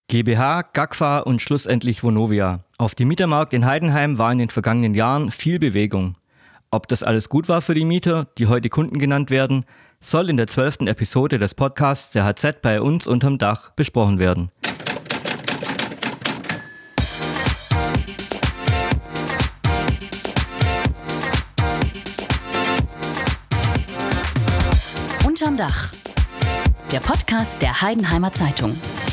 GmbH, GAGFAH und schlussendlich Vonovia. Auf dem Mietermarkt in Heidenheim war in den vergangenen Jahren viel Bewegung. Ob das alles gut war für die Mieter, die heute Kunden genannt werden, soll in der 12. Episode des Podcasts der HZ bei uns unterm Dach besprochen werden. Unterm Dach. Der Podcast der Heidenheimer Zeitung.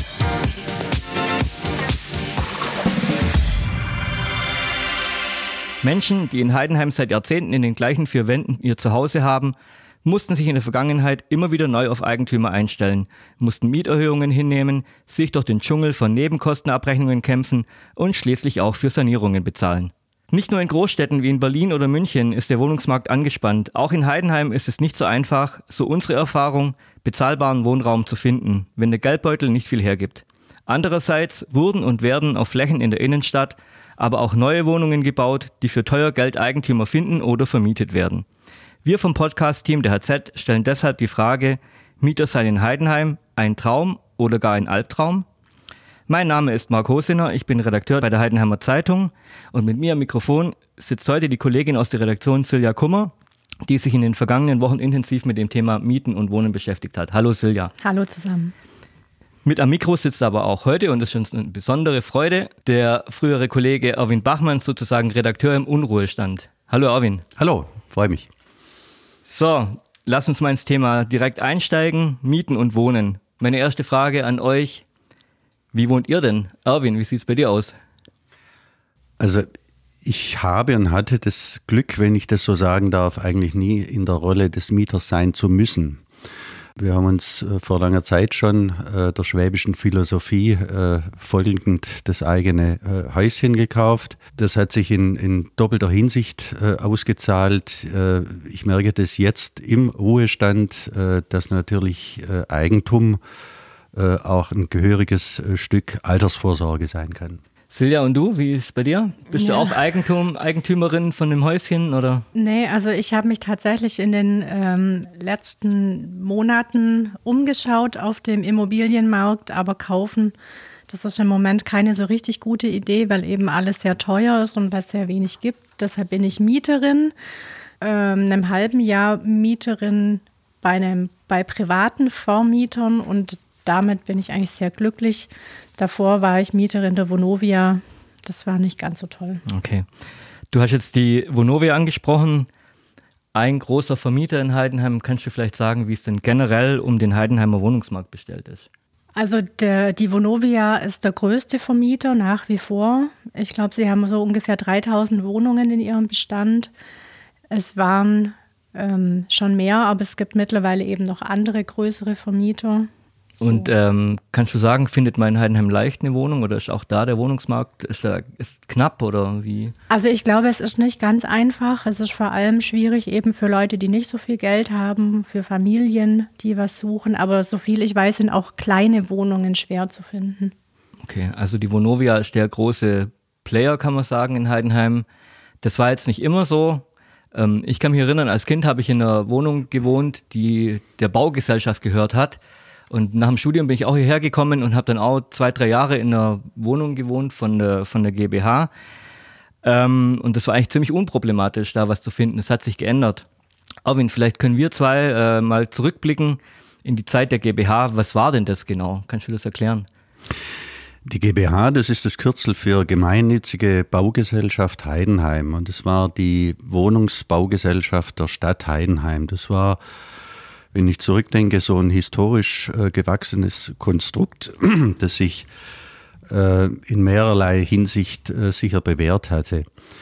Menschen, die in Heidenheim seit Jahrzehnten in den gleichen 4 Wänden ihr Zuhause haben, mussten sich in der Vergangenheit immer wieder neu auf Eigentümer einstellen, mussten Mieterhöhungen hinnehmen, sich durch den Dschungel von Nebenkostenabrechnungen kämpfen und schließlich auch für Sanierungen bezahlen. Nicht nur in Großstädten wie in Berlin oder München ist der Wohnungsmarkt angespannt, auch in Heidenheim ist es nicht so einfach, so unsere Erfahrung, bezahlbaren Wohnraum zu finden, wenn der Geldbeutel nicht viel hergibt. Andererseits wurden und werden auf Flächen in der Innenstadt aber auch neue Wohnungen gebaut, die für teuer Geld Eigentümer finden oder vermietet werden. Wir vom Podcast-Team der HZ stellen deshalb die Frage, Mieter sein in Heidenheim ein Traum oder gar ein Albtraum? Mein Name ist Marc Hosiner, ich bin Redakteur bei der Heidenheimer Zeitung und mit mir am Mikrofon sitzt heute die Kollegin aus der Redaktion Silja Kummer, die sich in den vergangenen Wochen intensiv mit dem Thema Mieten und Wohnen beschäftigt hat. Hallo Silja. Hallo zusammen. Mit am Mikro sitzt aber auch heute, und das ist uns eine besondere Freude, der frühere Kollege Erwin Bachmann, sozusagen Redakteur im Unruhestand. Hallo Erwin. Hallo, freue mich. So, lass uns mal ins Thema direkt einsteigen, Mieten und Wohnen. Meine erste Frage an euch, wie wohnt ihr denn? Erwin, wie sieht es bei dir aus? Also ich habe und hatte das Glück, wenn ich das so sagen darf, eigentlich nie in der Rolle des Mieters sein zu müssen. Wir haben uns vor langer Zeit schon der schwäbischen Philosophie folgend das eigene Häuschen gekauft. Das hat sich in doppelter Hinsicht ausgezahlt. Ich merke das jetzt im Ruhestand, dass natürlich Eigentum auch ein gehöriges Stück Altersvorsorge sein kann. Silja, und du, wie ist es bei dir? Bist du auch Eigentümerin von dem Häuschen, oder? Nee, also ich habe mich tatsächlich in den letzten Monaten umgeschaut auf dem Immobilienmarkt, aber kaufen, das ist im Moment keine so richtig gute Idee, weil eben alles sehr teuer ist und was sehr wenig gibt. Deshalb bin ich Mieterin, einem halben Jahr Mieterin bei privaten Vermietern und damit bin ich eigentlich sehr glücklich. Davor war ich Mieterin der Vonovia. Das war nicht ganz so toll. Okay. Du hast jetzt die Vonovia angesprochen. Ein großer Vermieter in Heidenheim. Kannst du vielleicht sagen, wie es denn generell um den Heidenheimer Wohnungsmarkt bestellt ist? Also die Vonovia ist der größte Vermieter nach wie vor. Ich glaube, sie haben so ungefähr 3000 Wohnungen in ihrem Bestand. Es waren schon mehr, aber es gibt mittlerweile eben noch andere größere Vermieter. Und kannst du sagen, findet man in Heidenheim leicht eine Wohnung oder ist auch da der Wohnungsmarkt ist knapp oder wie? Also ich glaube, es ist nicht ganz einfach. Es ist vor allem schwierig eben für Leute, die nicht so viel Geld haben, für Familien, die was suchen. Aber so viel ich weiß, sind auch kleine Wohnungen schwer zu finden. Okay, also die Vonovia ist der große Player, kann man sagen, in Heidenheim. Das war jetzt nicht immer so. Ich kann mich erinnern, als Kind habe ich in einer Wohnung gewohnt, die der Baugesellschaft gehört hat. Und nach dem Studium bin ich auch hierher gekommen und habe dann auch 2-3 Jahre in einer Wohnung gewohnt von der GmbH. Und das war eigentlich ziemlich unproblematisch, da was zu finden. Es hat sich geändert. Erwin, vielleicht können wir zwei mal zurückblicken in die Zeit der GmbH. Was war denn das genau? Kannst du das erklären? Die GmbH, das ist das Kürzel für Gemeinnützige Baugesellschaft Heidenheim. Und das war die Wohnungsbaugesellschaft der Stadt Heidenheim. Das war, wenn ich zurückdenke, so ein historisch gewachsenes Konstrukt, das sich in mehrerlei Hinsicht sicher bewährt hatte.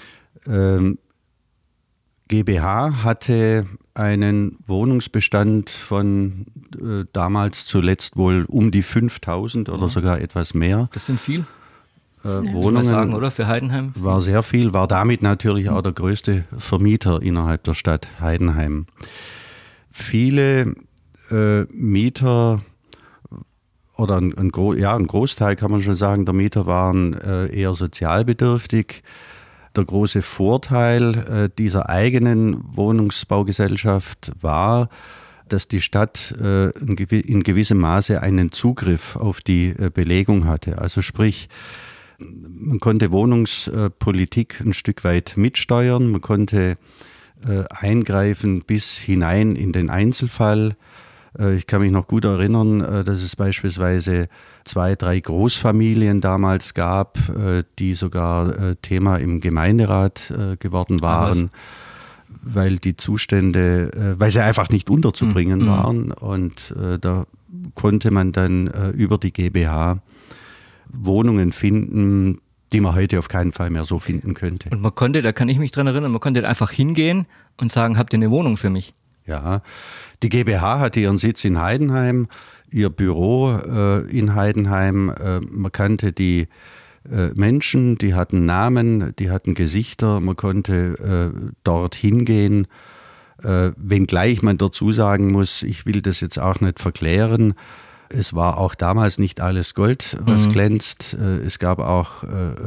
GmbH hatte einen Wohnungsbestand von damals zuletzt wohl um die 5000 oder sogar etwas mehr. Das sind viel. Wohnungen, sagen, oder? Für Heidenheim? War sehr viel, war damit natürlich auch der größte Vermieter innerhalb der Stadt Heidenheim. Viele Mieter oder ein Großteil, kann man schon sagen, der Mieter waren eher sozialbedürftig. Der große Vorteil dieser eigenen Wohnungsbaugesellschaft war, dass die Stadt in gewissem Maße einen Zugriff auf die Belegung hatte. Also sprich, man konnte Wohnungspolitik ein Stück weit mitsteuern, man konnte eingreifen bis hinein in den Einzelfall. Ich kann mich noch gut erinnern, dass es beispielsweise 2, 3 Großfamilien damals gab, die sogar Thema im Gemeinderat geworden waren, weil die Zustände, weil sie einfach nicht unterzubringen waren. Und da konnte man dann über die GBH Wohnungen finden, die man heute auf keinen Fall mehr so finden könnte. Und man konnte, da kann ich mich dran erinnern, man konnte einfach hingehen und sagen, habt ihr eine Wohnung für mich? Ja, die GBH hatte ihren Sitz in Heidenheim, ihr Büro in Heidenheim. Man kannte die Menschen, die hatten Namen, die hatten Gesichter. Man konnte dort hingehen, wenngleich man dazu sagen muss, ich will das jetzt auch nicht verklären, es war auch damals nicht alles Gold, was glänzt. Es gab auch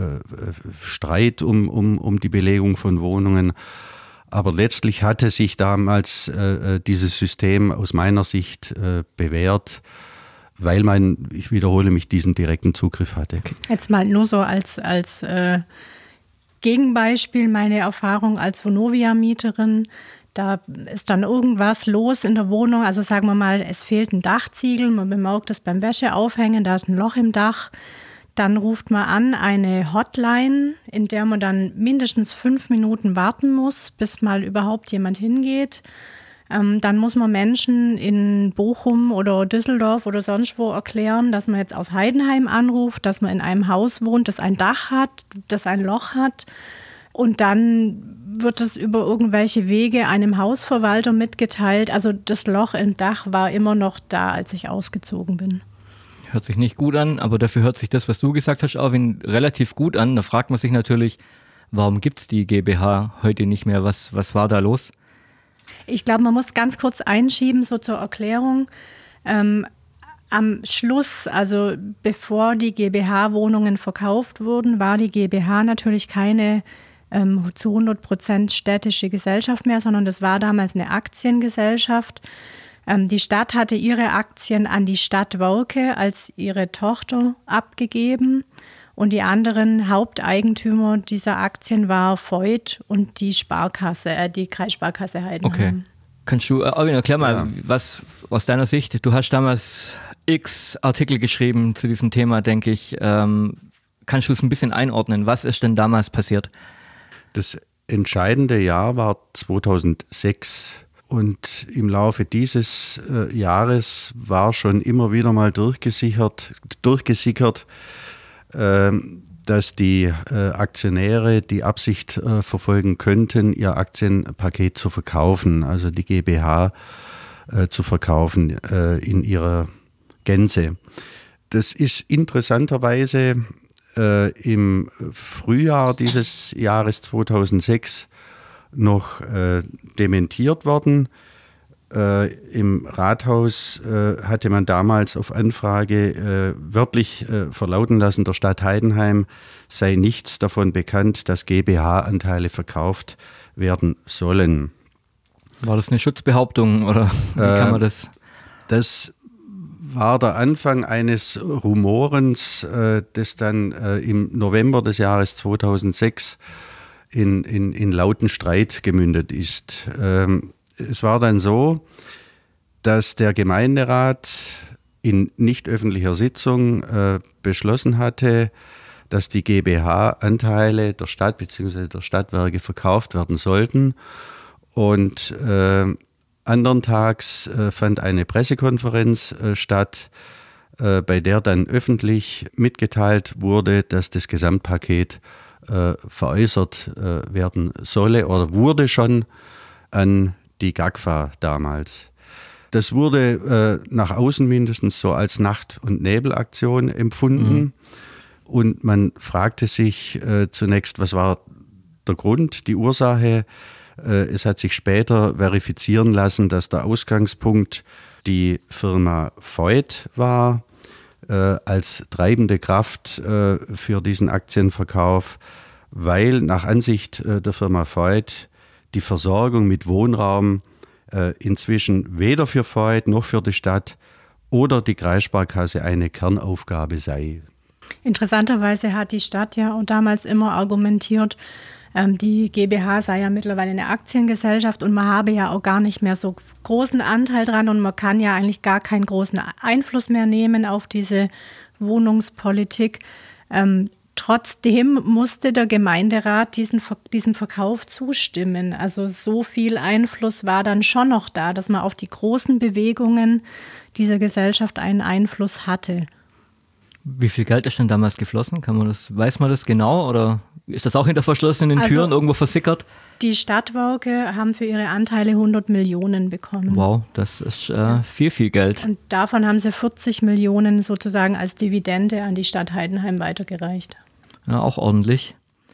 Streit um die Belegung von Wohnungen. Aber letztlich hatte sich damals dieses System aus meiner Sicht bewährt, weil man, ich wiederhole mich, diesen direkten Zugriff hatte. Jetzt mal nur so als Gegenbeispiel meine Erfahrung als Vonovia-Mieterin. Da ist dann irgendwas los in der Wohnung. Also sagen wir mal, es fehlt ein Dachziegel. Man bemerkt es beim Wäscheaufhängen, da ist ein Loch im Dach. Dann ruft man an eine Hotline, in der man dann mindestens 5 Minuten warten muss, bis mal überhaupt jemand hingeht. Dann muss man Menschen in Bochum oder Düsseldorf oder sonst wo erklären, dass man jetzt aus Heidenheim anruft, dass man in einem Haus wohnt, das ein Dach hat, das ein Loch hat. Und dann wird es über irgendwelche Wege einem Hausverwalter mitgeteilt. Also das Loch im Dach war immer noch da, als ich ausgezogen bin. Hört sich nicht gut an, aber dafür hört sich das, was du gesagt hast, auch relativ gut an. Da fragt man sich natürlich, warum gibt es die GBH heute nicht mehr? Was war da los? Ich glaube, man muss ganz kurz einschieben, so zur Erklärung. Am Schluss, also bevor die GBH-Wohnungen verkauft wurden, war die GBH natürlich keine zu 100% städtische Gesellschaft mehr, sondern das war damals eine Aktiengesellschaft. Die Stadt hatte ihre Aktien an die Stadtwerke als ihre Tochter abgegeben und die anderen Haupteigentümer dieser Aktien war Voith und die Kreissparkasse Heidenheim. Okay. Kannst du, Erwin, erklär mal, was aus deiner Sicht, du hast damals x Artikel geschrieben zu diesem Thema, denke ich. Kannst du es ein bisschen einordnen? Was ist denn damals passiert? Das entscheidende Jahr war 2006 und im Laufe dieses Jahres war schon immer wieder mal durchgesickert, dass die Aktionäre die Absicht verfolgen könnten, ihr Aktienpaket zu verkaufen, also die GBH zu verkaufen in ihrer Gänze. Das ist interessanterweise im Frühjahr dieses Jahres 2006 noch dementiert worden. Im Rathaus hatte man damals auf Anfrage wörtlich verlauten lassen, der Stadt Heidenheim sei nichts davon bekannt, dass GBH-Anteile verkauft werden sollen. War das eine Schutzbehauptung oder wie kann man das? Das war der Anfang eines Rumorens, das dann im November des Jahres 2006 in lauten Streit gemündet ist. Es war dann so, dass der Gemeinderat in nicht öffentlicher Sitzung beschlossen hatte, dass die GBH-Anteile der Stadt bzw. der Stadtwerke verkauft werden sollten. Und andern Tags fand eine Pressekonferenz statt, bei der dann öffentlich mitgeteilt wurde, dass das Gesamtpaket veräußert werden solle oder wurde schon an die GAGFA damals. Das wurde nach außen mindestens so als Nacht- und Nebelaktion empfunden. Und man fragte sich zunächst, was war der Grund, die Ursache? Es hat sich später verifizieren lassen, dass der Ausgangspunkt die Firma Voith war, als treibende Kraft für diesen Aktienverkauf, weil nach Ansicht der Firma Voith die Versorgung mit Wohnraum inzwischen weder für Voith noch für die Stadt oder die Kreissparkasse eine Kernaufgabe sei. Interessanterweise hat die Stadt ja auch damals immer argumentiert, die GmbH sei ja mittlerweile eine Aktiengesellschaft und man habe ja auch gar nicht mehr so großen Anteil dran und man kann ja eigentlich gar keinen großen Einfluss mehr nehmen auf diese Wohnungspolitik. Trotzdem musste der Gemeinderat diesem Verkauf zustimmen. Also so viel Einfluss war dann schon noch da, dass man auf die großen Bewegungen dieser Gesellschaft einen Einfluss hatte. Wie viel Geld ist denn damals geflossen? Weiß man das genau oder ist das auch hinter verschlossenen Türen irgendwo versickert? Die Stadtwerke haben für ihre Anteile 100 Millionen bekommen. Wow, das ist viel Geld. Und davon haben sie 40 Millionen sozusagen als Dividende an die Stadt Heidenheim weitergereicht. Ja, auch ordentlich.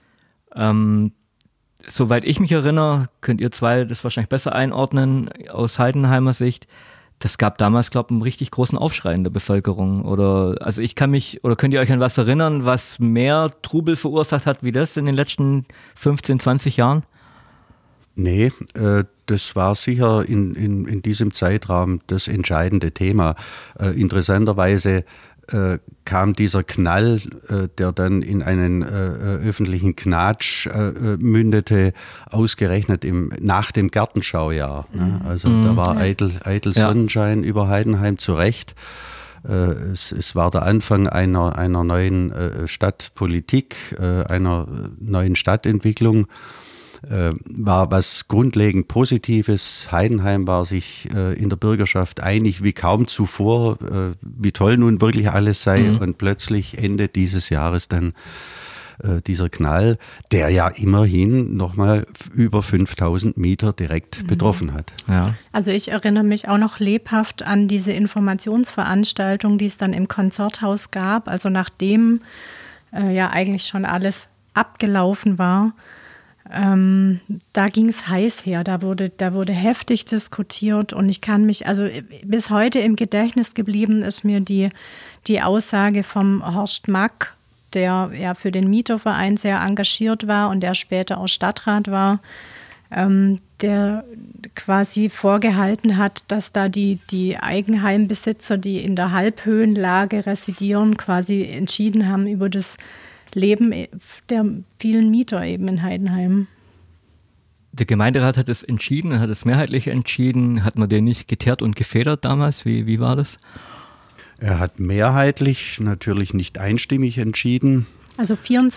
Soweit ich mich erinnere, könnt ihr zwei das wahrscheinlich besser einordnen aus Heidenheimer Sicht. Das gab damals, glaube ich, einen richtig großen Aufschrei in der Bevölkerung. Könnt ihr euch an was erinnern, was mehr Trubel verursacht hat wie das in den letzten 15, 20 Jahren? Nee, das war sicher in diesem Zeitraum das entscheidende Thema. Interessanterweise kam dieser Knall, der dann in einen öffentlichen Knatsch mündete, ausgerechnet nach dem Gartenschaujahr. Ne? Also da war eitel Sonnenschein über Heidenheim, zu Recht. Es war der Anfang einer neuen Stadtpolitik, einer neuen Stadtentwicklung. War was grundlegend Positives. Heidenheim war sich in der Bürgerschaft einig wie kaum zuvor, wie toll nun wirklich alles sei. Und plötzlich Ende dieses Jahres dann dieser Knall, der ja immerhin nochmal über 5.000 Mieter direkt betroffen hat. Ja. Also ich erinnere mich auch noch lebhaft an diese Informationsveranstaltung, die es dann im Konzerthaus gab, also nachdem ja eigentlich schon alles abgelaufen war. Da ging es heiß her, da wurde heftig diskutiert und ich kann mich, also bis heute im Gedächtnis geblieben ist mir die Aussage vom Horst Mack, der ja für den Mieterverein sehr engagiert war und der später auch Stadtrat war, der quasi vorgehalten hat, dass da die Eigenheimbesitzer, die in der Halbhöhenlage residieren, quasi entschieden haben über das Leben der vielen Mieter eben in Heidenheim. Der Gemeinderat hat es entschieden, hat es mehrheitlich entschieden. Hat man den nicht geteert und gefedert damals? Wie war das? Er hat mehrheitlich, natürlich nicht einstimmig entschieden. Also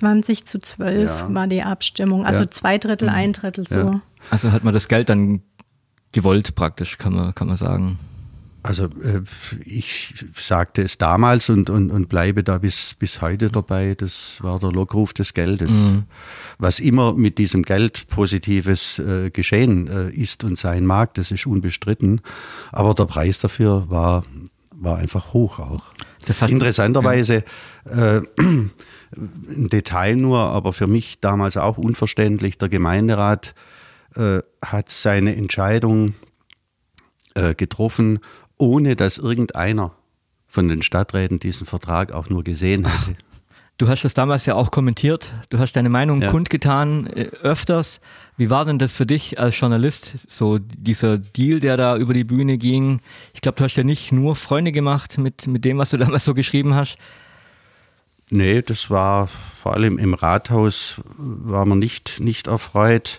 24:12 war die Abstimmung, also 2/3, 1/3 so. Ja. Also hat man das Geld dann gewollt praktisch, kann man sagen. Also ich sagte es damals und bleibe da bis heute dabei, das war der Lockruf des Geldes. Was immer mit diesem Geld Positives geschehen ist und sein mag, das ist unbestritten. Aber der Preis dafür war einfach hoch auch. Interessanterweise, ein Detail nur, aber für mich damals auch unverständlich, der Gemeinderat hat seine Entscheidung getroffen, ohne dass irgendeiner von den Stadträten diesen Vertrag auch nur gesehen hätte. Du hast das damals ja auch kommentiert, du hast deine Meinung kundgetan, öfters. Wie war denn das für dich als Journalist, so dieser Deal, der da über die Bühne ging? Ich glaube, du hast ja nicht nur Freunde gemacht mit dem, was du damals so geschrieben hast. Nee, das war vor allem im Rathaus, war man nicht erfreut.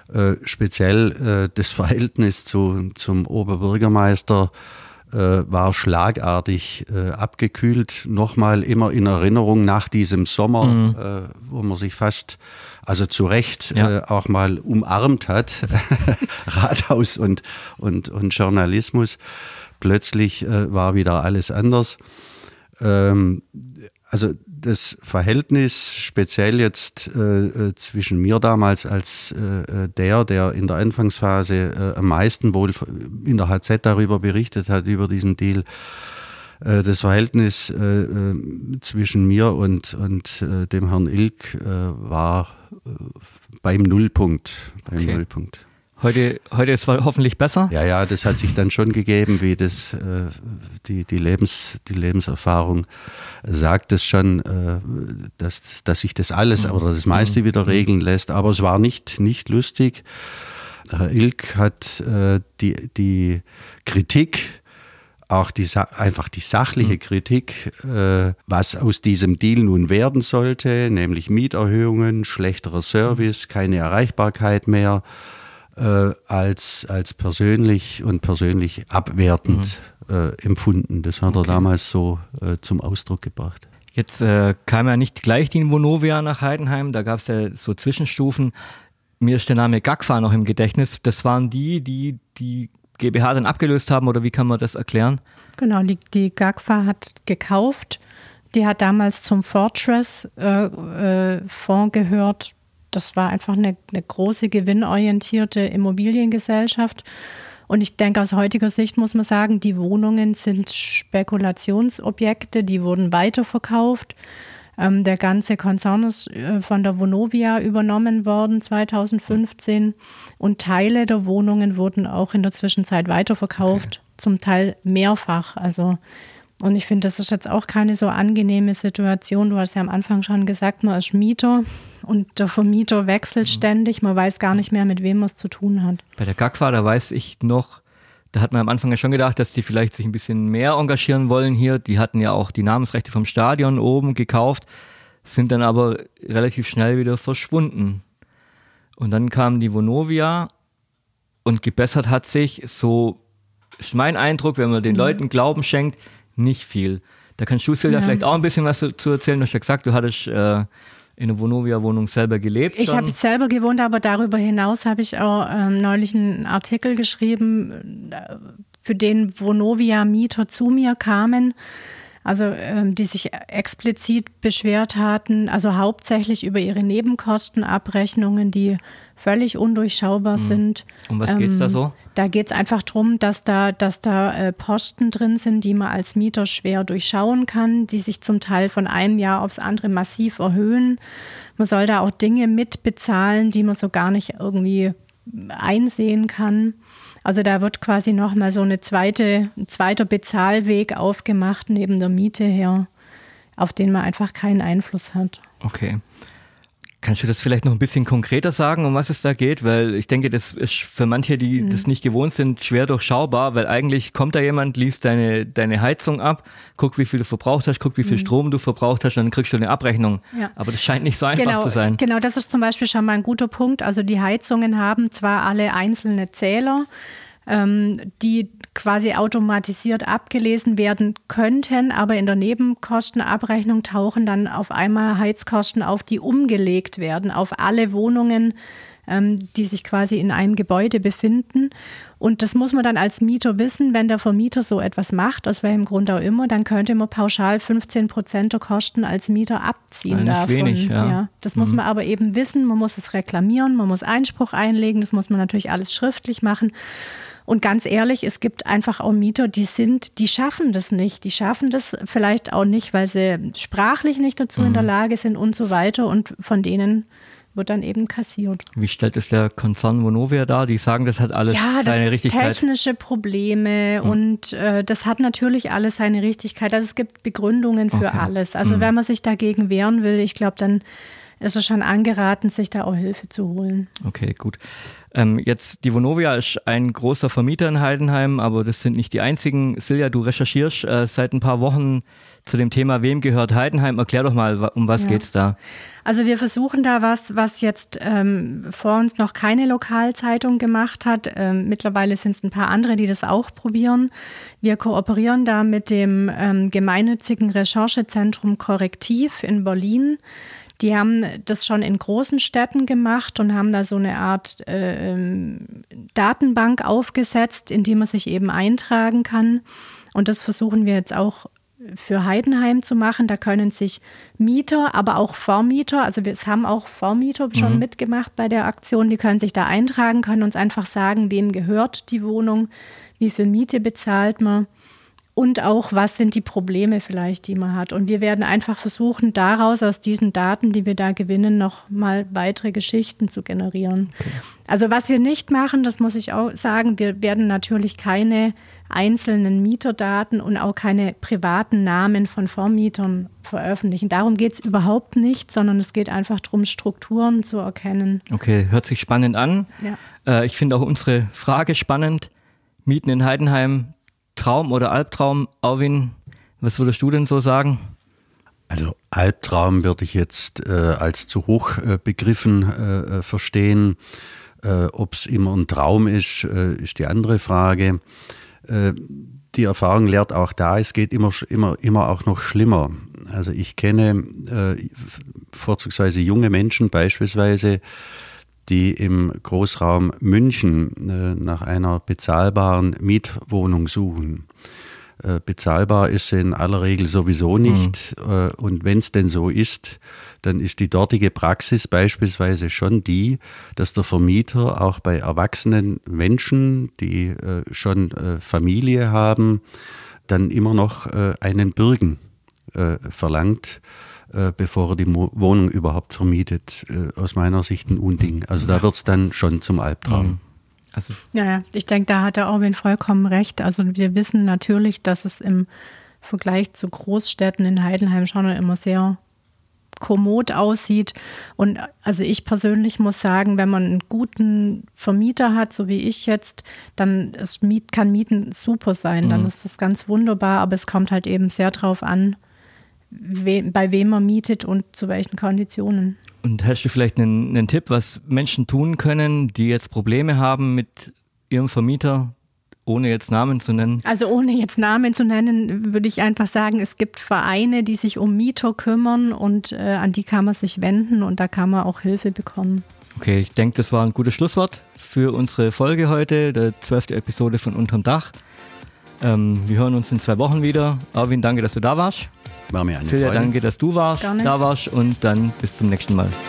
Speziell das Verhältnis zum Oberbürgermeister war schlagartig abgekühlt. Nochmal immer in Erinnerung nach diesem Sommer, wo man sich fast, also zu Recht, auch mal umarmt hat, Rathaus und Journalismus. Plötzlich war wieder alles anders. Also das Verhältnis speziell jetzt zwischen mir damals als der in der Anfangsphase am meisten wohl in der HZ darüber berichtet hat, über diesen Deal, das Verhältnis zwischen mir und dem Herrn Ilg war beim Nullpunkt. Nullpunkt. Heute ist es hoffentlich besser? Ja, das hat sich dann schon gegeben, wie das die Lebenserfahrung sagt es schon, dass sich das alles oder das meiste wieder regeln lässt. Aber es war nicht lustig. Herr Ilk hat die Kritik, auch einfach die sachliche Kritik, was aus diesem Deal nun werden sollte, nämlich Mieterhöhungen, schlechterer Service, keine Erreichbarkeit mehr, als persönlich abwertend empfunden. Das hat er damals so zum Ausdruck gebracht. Jetzt kam ja nicht gleich die Vonovia nach Heidenheim, da gab es ja so Zwischenstufen. Mir ist der Name GAGFAH noch im Gedächtnis. Das waren die GbH dann abgelöst haben, oder wie kann man das erklären? Genau, die GAGFAH hat gekauft. Die hat damals zum Fortress-Fonds gehört. Das war einfach eine große gewinnorientierte Immobiliengesellschaft. Und ich denke, aus heutiger Sicht muss man sagen, die Wohnungen sind Spekulationsobjekte, die wurden weiterverkauft. Der ganze Konzern ist von der Vonovia übernommen worden 2015 und Teile der Wohnungen wurden auch in der Zwischenzeit weiterverkauft, zum Teil mehrfach. Und ich finde, das ist jetzt auch keine so angenehme Situation. Du hast ja am Anfang schon gesagt, man ist Mieter und der Vermieter wechselt ständig. Man weiß gar nicht mehr, mit wem man es zu tun hat. Bei der GAGFAH, da weiß ich noch, da hat man am Anfang ja schon gedacht, dass die vielleicht sich ein bisschen mehr engagieren wollen hier. Die hatten ja auch die Namensrechte vom Stadion oben gekauft, sind dann aber relativ schnell wieder verschwunden. Und dann kam die Vonovia und gebessert hat sich, so ist mein Eindruck, wenn man den Leuten Glauben schenkt, nicht viel. Da kannst du, Silja, vielleicht auch ein bisschen was zu erzählen. Du hast ja gesagt, du hattest in der Vonovia-Wohnung selber gelebt. Ich habe selber gewohnt, aber darüber hinaus habe ich auch neulich einen Artikel geschrieben, für den Vonovia-Mieter zu mir kamen, also die sich explizit beschwert hatten, also hauptsächlich über ihre Nebenkostenabrechnungen, die völlig undurchschaubar sind. Um was geht es da so? Da geht es einfach darum, dass da Posten drin sind, die man als Mieter schwer durchschauen kann, die sich zum Teil von einem Jahr aufs andere massiv erhöhen. Man soll da auch Dinge mitbezahlen, die man so gar nicht irgendwie einsehen kann. Also da wird quasi nochmal so ein zweiter Bezahlweg aufgemacht neben der Miete her, auf den man einfach keinen Einfluss hat. Okay. Kannst du das vielleicht noch ein bisschen konkreter sagen, um was es da geht? Weil ich denke, das ist für manche, die das nicht gewohnt sind, schwer durchschaubar, weil eigentlich kommt da jemand, liest deine Heizung ab, guckt, wie viel du verbraucht hast, guckt, wie viel Strom du verbraucht hast und dann kriegst du eine Abrechnung. Ja. Aber das scheint nicht so einfach zu sein. Genau, das ist zum Beispiel schon mal ein guter Punkt. Also die Heizungen haben zwar alle einzelne Zähler, die quasi automatisiert abgelesen werden könnten, aber in der Nebenkostenabrechnung tauchen dann auf einmal Heizkosten auf, die umgelegt werden auf alle Wohnungen, die sich quasi in einem Gebäude befinden. Und das muss man dann als Mieter wissen, wenn der Vermieter so etwas macht, aus welchem Grund auch immer, dann könnte man pauschal 15% der Kosten als Mieter abziehen davon. Wenig, ja. Ja, das muss man aber eben wissen, man muss es reklamieren, man muss Einspruch einlegen, das muss man natürlich alles schriftlich machen. Und ganz ehrlich, es gibt einfach auch Mieter, die schaffen das nicht. Die schaffen das vielleicht auch nicht, weil sie sprachlich nicht dazu in der Lage sind und so weiter. Und von denen wird dann eben kassiert. Wie stellt es der Konzern Vonovia dar? Die sagen, das hat alles seine Richtigkeit. Ja, das technische Probleme und das hat natürlich alles seine Richtigkeit. Also es gibt Begründungen für alles. Also wenn man sich dagegen wehren will, ich glaube, dann ist es schon angeraten, sich da auch Hilfe zu holen. Okay, gut. Jetzt, die Vonovia ist ein großer Vermieter in Heidenheim, aber das sind nicht die einzigen. Silja, du recherchierst seit ein paar Wochen zu dem Thema, wem gehört Heidenheim? Erklär doch mal, um was geht's da? Also wir versuchen da was jetzt vor uns noch keine Lokalzeitung gemacht hat. Mittlerweile sind es ein paar andere, die das auch probieren. Wir kooperieren da mit dem gemeinnützigen Recherchezentrum Korrektiv in Berlin. Die haben das schon in großen Städten gemacht und haben da so eine Art Datenbank aufgesetzt, in die man sich eben eintragen kann. Und das versuchen wir jetzt auch für Heidenheim zu machen. Da können sich Mieter, aber auch Vermieter, also wir haben auch Vermieter schon mitgemacht bei der Aktion, die können sich da eintragen, können uns einfach sagen, wem gehört die Wohnung, wie viel Miete bezahlt man. Und auch, was sind die Probleme vielleicht, die man hat. Und wir werden einfach versuchen, daraus, aus diesen Daten, die wir da gewinnen, noch mal weitere Geschichten zu generieren. Okay. Also was wir nicht machen, das muss ich auch sagen, wir werden natürlich keine einzelnen Mieterdaten und auch keine privaten Namen von Vermietern veröffentlichen. Darum geht es überhaupt nicht, sondern es geht einfach darum, Strukturen zu erkennen. Okay, hört sich spannend an. Ja. Ich finde auch unsere Frage spannend. Mieten in Heidenheim, Traum oder Albtraum? Arwin, was würdest du denn so sagen? Also Albtraum würde ich jetzt als zu hoch begriffen verstehen. Ob es immer ein Traum ist, ist die andere Frage. Die Erfahrung lehrt auch da, es geht immer auch noch schlimmer. Also ich kenne vorzugsweise junge Menschen beispielsweise, die im Großraum München nach einer bezahlbaren Mietwohnung suchen. Bezahlbar ist sie in aller Regel sowieso nicht. Und wenn es denn so ist, dann ist die dortige Praxis beispielsweise schon die, dass der Vermieter auch bei erwachsenen Menschen, die schon Familie haben, dann immer noch einen Bürgen verlangt, bevor er die Wohnung überhaupt vermietet. Aus meiner Sicht ein Unding. Also da wird es dann schon zum Albtraum. Also. Ja, ich denke, da hat der Arwin vollkommen recht. Also wir wissen natürlich, dass es im Vergleich zu Großstädten in Heidenheim schon immer sehr kommod aussieht. Und also ich persönlich muss sagen, wenn man einen guten Vermieter hat, so wie ich jetzt, dann kann Mieten super sein. Dann ist das ganz wunderbar, aber es kommt halt eben sehr drauf an, bei wem man mietet und zu welchen Konditionen. Und hast du vielleicht einen Tipp, was Menschen tun können, die jetzt Probleme haben mit ihrem Vermieter, ohne jetzt Namen zu nennen? Also ohne jetzt Namen zu nennen, würde ich einfach sagen, es gibt Vereine, die sich um Mieter kümmern und an die kann man sich wenden und da kann man auch Hilfe bekommen. Okay, ich denke, das war ein gutes Schlusswort für unsere Folge heute, der 12. Episode von Unterm Dach. Wir hören uns in 2 Wochen wieder. Arwin, danke, dass du da warst. War mir eine Silja, Freude. danke, dass du da warst und dann bis zum nächsten Mal.